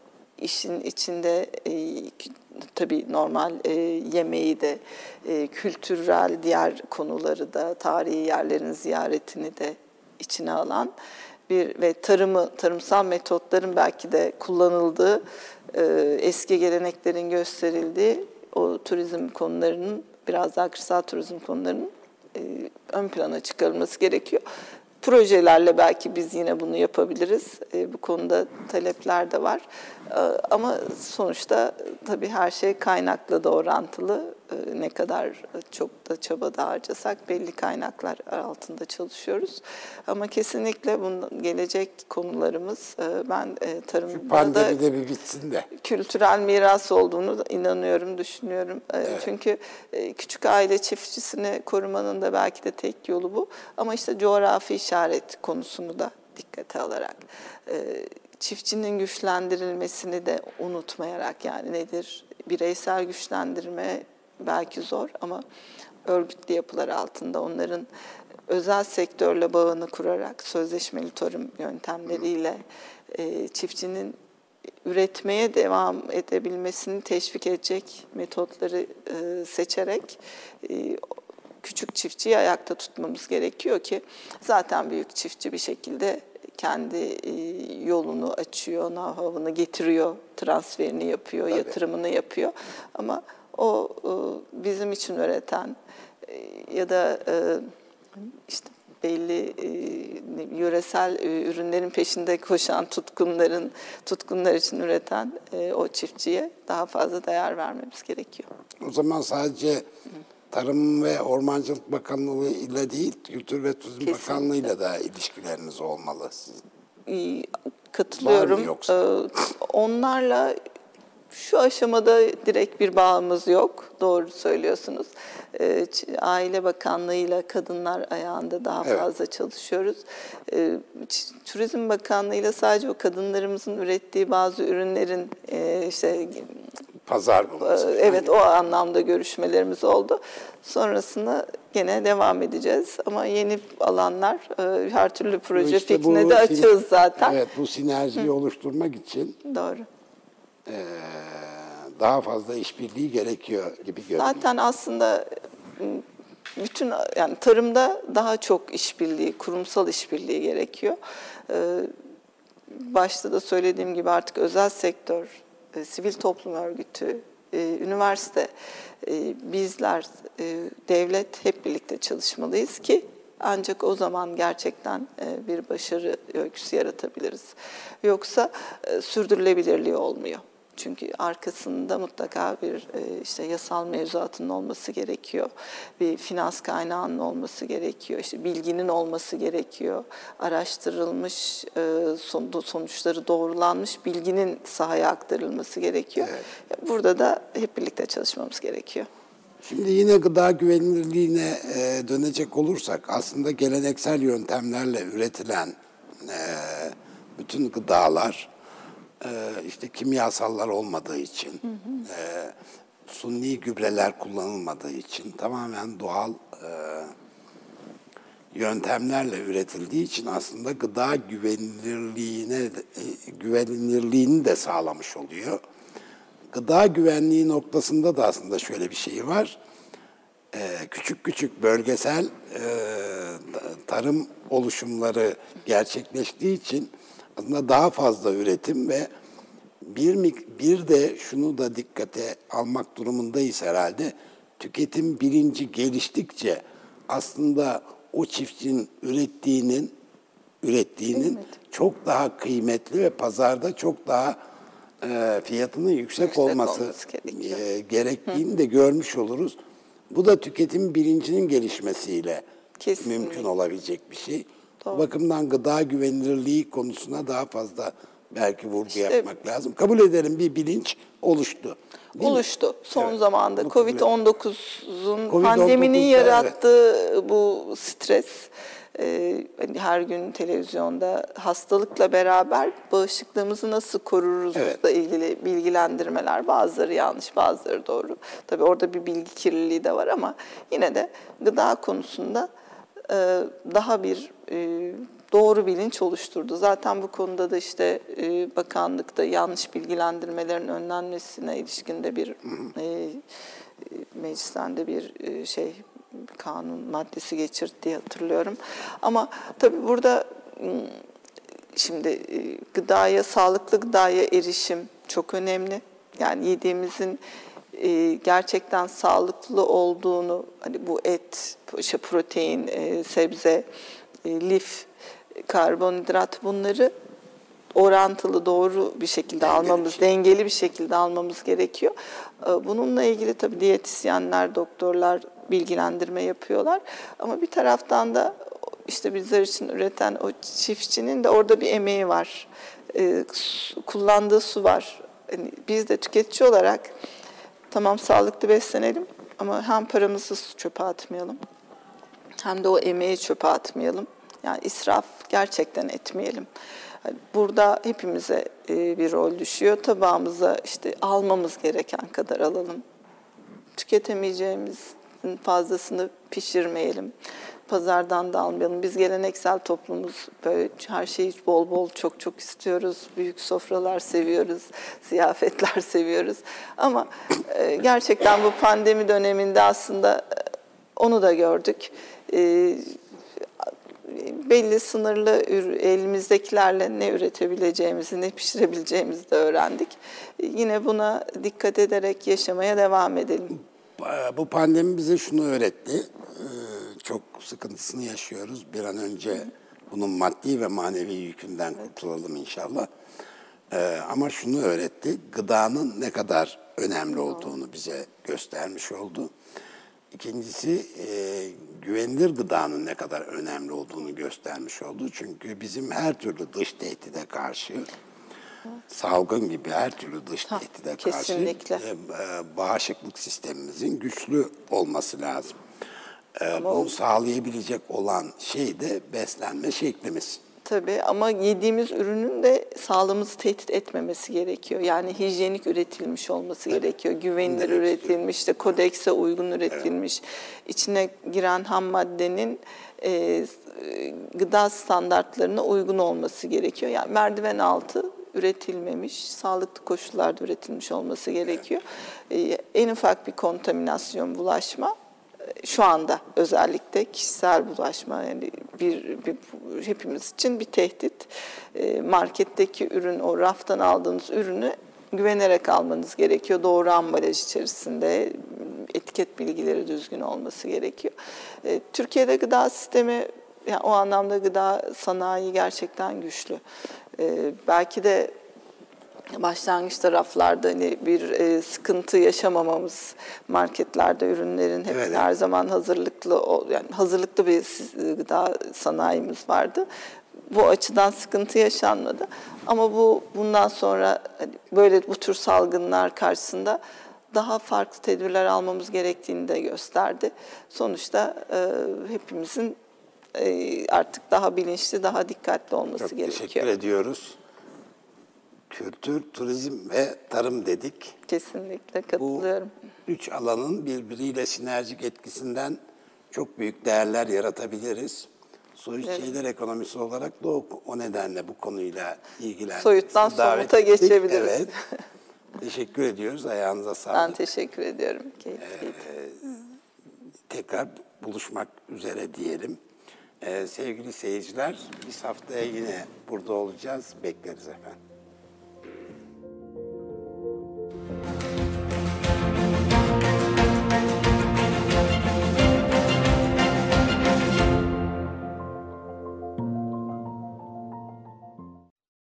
işin içinde e, tabii normal e, yemeği de, e, kültürel diğer konuları da, tarihi yerlerin ziyaretini de içine alan bir ve tarımı, tarımsal metotların belki de kullanıldığı, e, eski geleneklerin gösterildiği o turizm konularının, biraz daha kırsal turizm konularının e, ön plana çıkarılması gerekiyor. Projelerle belki biz yine bunu yapabiliriz. E, bu konuda talepler de var. E, ama sonuçta tabii her şey kaynakla da orantılı. E, ne kadar çok da çaba da harcasak belli kaynaklar altında çalışıyoruz. Ama kesinlikle bunun gelecek konularımız e, ben e, tarımda da de bir bitsin de. Kültürel miras olduğunu inanıyorum, düşünüyorum. E, evet. Çünkü e, küçük aile çiftçisini korumanın da belki de tek yolu bu. Ama işte coğrafi işaret konusunu da dikkate alarak, e, çiftçinin güçlendirilmesini de unutmayarak, yani nedir? Bireysel güçlendirme belki zor ama örgütlü yapılar altında onların özel sektörle bağını kurarak, sözleşmeli tarım yöntemleriyle e, çiftçinin üretmeye devam edebilmesini teşvik edecek metotları e, seçerek e, küçük çiftçiyi ayakta tutmamız gerekiyor ki zaten büyük çiftçi bir şekilde kendi e, yolunu açıyor, know-how'ını getiriyor, transferini yapıyor, Tabii. yatırımını yapıyor. Ama o e, bizim için üreten e, ya da e, işte belli e, yöresel e, ürünlerin peşinde koşan tutkunların, tutkunlar için üreten e, o çiftçiye daha fazla değer vermemiz gerekiyor. O zaman sadece Tarım ve Ormancılık Bakanlığı ile değil, Kültür ve Turizm Kesinlikle. Bakanlığı ile de ilişkileriniz olmalı. E, katılıyorum. E, onlarla şu aşamada direkt bir bağımız yok. Doğru söylüyorsunuz. E, Aile Bakanlığı'yla kadınlar ayağında daha evet. fazla çalışıyoruz. E, Turizm Bakanlığı'yla sadece o kadınlarımızın ürettiği bazı ürünlerin e, işte pazar bulması. Evet, o anlamda görüşmelerimiz oldu. Sonrasında gene devam edeceğiz. Ama yeni alanlar, her türlü proje işte fikrine de açığız zaten. Evet, bu sinerjiyi Hı. oluşturmak için Doğru. E, daha fazla işbirliği gerekiyor gibi görünüyor. Zaten aslında bütün, yani tarımda daha çok işbirliği, kurumsal işbirliği gerekiyor. Başta da söylediğim gibi artık özel sektör, sivil toplum örgütü, üniversite, bizler, devlet hep birlikte çalışmalıyız ki ancak o zaman gerçekten bir başarı öyküsü yaratabiliriz. Yoksa sürdürülebilirliği olmuyor. Çünkü arkasında mutlaka bir e, işte yasal mevzuatının olması gerekiyor. Bir finans kaynağının olması gerekiyor. İşte bilginin olması gerekiyor. Araştırılmış, e, sonuçları doğrulanmış bilginin sahaya aktarılması gerekiyor. Evet. Burada da hep birlikte çalışmamız gerekiyor. Şimdi yine gıda güvenilirliğine e, dönecek olursak aslında geleneksel yöntemlerle üretilen e, bütün gıdalar e, işte kimyasallar olmadığı için, hı hı. E, sunni gübreler kullanılmadığı için tamamen doğal e, yöntemlerle üretildiği için aslında gıda güvenilirliğine e, güvenilirliğini de sağlamış oluyor. Gıda güvenliği noktasında da aslında şöyle bir şey var. Ee, küçük küçük bölgesel e, tarım oluşumları gerçekleştiği için aslında daha fazla üretim ve bir, bir de şunu da dikkate almak durumundayız herhalde. Tüketim bilinci geliştikçe aslında o çiftçinin ürettiğinin ürettiğinin çok daha kıymetli ve pazarda çok daha e, fiyatının yüksek, yüksek olması e, gerektiğini Hı. de görmüş oluruz. Bu da tüketim bilincinin gelişmesiyle Kesinlikle. mümkün olabilecek bir şey. Doğru. Bu bakımdan gıda güvenilirliği konusuna daha fazla belki vurgu işte, yapmak lazım. Kabul edelim bir bilinç oluştu. Oluştu. Mi? Son evet. zamanda kovid on dokuzun COVID pandeminin yarattığı evet. bu stres, e, her gün televizyonda hastalıkla beraber bağışıklığımızı nasıl koruruzla evet. ilgili bilgilendirmeler, bazıları yanlış, bazıları doğru. Tabii orada bir bilgi kirliliği de var ama yine de gıda konusunda e, daha bir e, doğru bilinç oluşturdu. Zaten bu konuda da işte e, bakanlıkta yanlış bilgilendirmelerin önlenmesine ilişkin de bir e, meclisten de bir e, şey kanun maddesi geçirdi diye hatırlıyorum. Ama tabii burada şimdi e, gıdaya, sağlıklı gıdaya erişim çok önemli. Yani yediğimizin e, gerçekten sağlıklı olduğunu, hani bu et, işte protein, e, sebze, e, lif, karbonhidrat, bunları orantılı, doğru bir şekilde almamız, dengeli bir şekilde almamız gerekiyor. Bununla ilgili tabii diyetisyenler, doktorlar bilgilendirme yapıyorlar. Ama bir taraftan da işte bizler için üreten o çiftçinin de orada bir emeği var. Kullandığı su var. Yani biz de tüketici olarak tamam sağlıklı beslenelim ama hem paramızı çöpe atmayalım hem de o emeği çöpe atmayalım. Yani israf gerçekten etmeyelim. Burada hepimize bir rol düşüyor. Tabağımıza işte almamız gereken kadar alalım. Tüketemeyeceğimizin fazlasını pişirmeyelim. Pazardan da almayalım. Biz geleneksel toplumuz, böyle her şeyi bol bol çok çok istiyoruz. Büyük sofralar seviyoruz, ziyafetler seviyoruz. Ama gerçekten bu pandemi döneminde aslında onu da gördük. Belli sınırlı elimizdekilerle ne üretebileceğimizi, ne pişirebileceğimizi de öğrendik. Yine buna dikkat ederek yaşamaya devam edelim. Bu pandemi bize şunu öğretti. Çok sıkıntısını yaşıyoruz. Bir an önce bunun maddi ve manevi yükünden kurtulalım inşallah. Ama şunu öğretti. Gıdanın ne kadar önemli olduğunu bize göstermiş oldu. İkincisi, e, güvenilir gıdanın ne kadar önemli olduğunu göstermiş oldu. Çünkü bizim her türlü dış tehdide karşı, salgın gibi her türlü dış ha, tehdide karşı e, bağışıklık sistemimizin güçlü olması lazım. E, bunu o... sağlayabilecek olan şey de beslenme şeklimiz. Tabii ama yediğimiz ürünün de sağlığımızı tehdit etmemesi gerekiyor. Yani hijyenik üretilmiş olması evet. gerekiyor. Güvenilir evet. üretilmiş, işte kodekse uygun üretilmiş. Evet. İçine giren ham maddenin e, gıda standartlarına uygun olması gerekiyor. Yani merdiven altı üretilmemiş, sağlıklı koşullarda üretilmiş olması gerekiyor. Evet. E, en ufak bir kontaminasyon, bulaşma, şu anda özellikle kişisel bulaşma, yani bir, bir hepimiz için bir tehdit. Marketteki ürün, o raftan aldığınız ürünü güvenerek almanız gerekiyor. Doğru ambalaj içerisinde, etiket bilgileri düzgün olması gerekiyor. Türkiye'de gıda sistemi, yani o anlamda gıda sanayi gerçekten güçlü. Belki de başlangıçta raflarda hani bir e, sıkıntı yaşamamamız, marketlerde ürünlerin hep Evet. her zaman hazırlıklı ol- yani hazırlıklı bir s- gıda sanayimiz vardı. Bu açıdan sıkıntı yaşanmadı. Ama bu bundan sonra hani böyle bu tür salgınlar karşısında daha farklı tedbirler almamız gerektiğini de gösterdi. Sonuçta e, hepimizin e, artık daha bilinçli, daha dikkatli olması Çok gerekiyor. teşekkür ediyoruz. Kültür, turizm ve tarım dedik. Kesinlikle Bu katılıyorum. üç alanın birbiriyle sinerjik etkisinden çok büyük değerler yaratabiliriz. Soyut Evet. şeyler ekonomisi olarak da o, o nedenle bu konuyla ilgilendik. Soyuttan Sizi davet somuta ettik. geçebiliriz. Evet. Teşekkür ediyoruz. Ayağınıza Ben sağlık. teşekkür ediyorum. Keyifliydi. Tekrar buluşmak üzere diyelim. Ee, sevgili seyirciler, biz haftaya yine burada olacağız. Bekleriz efendim.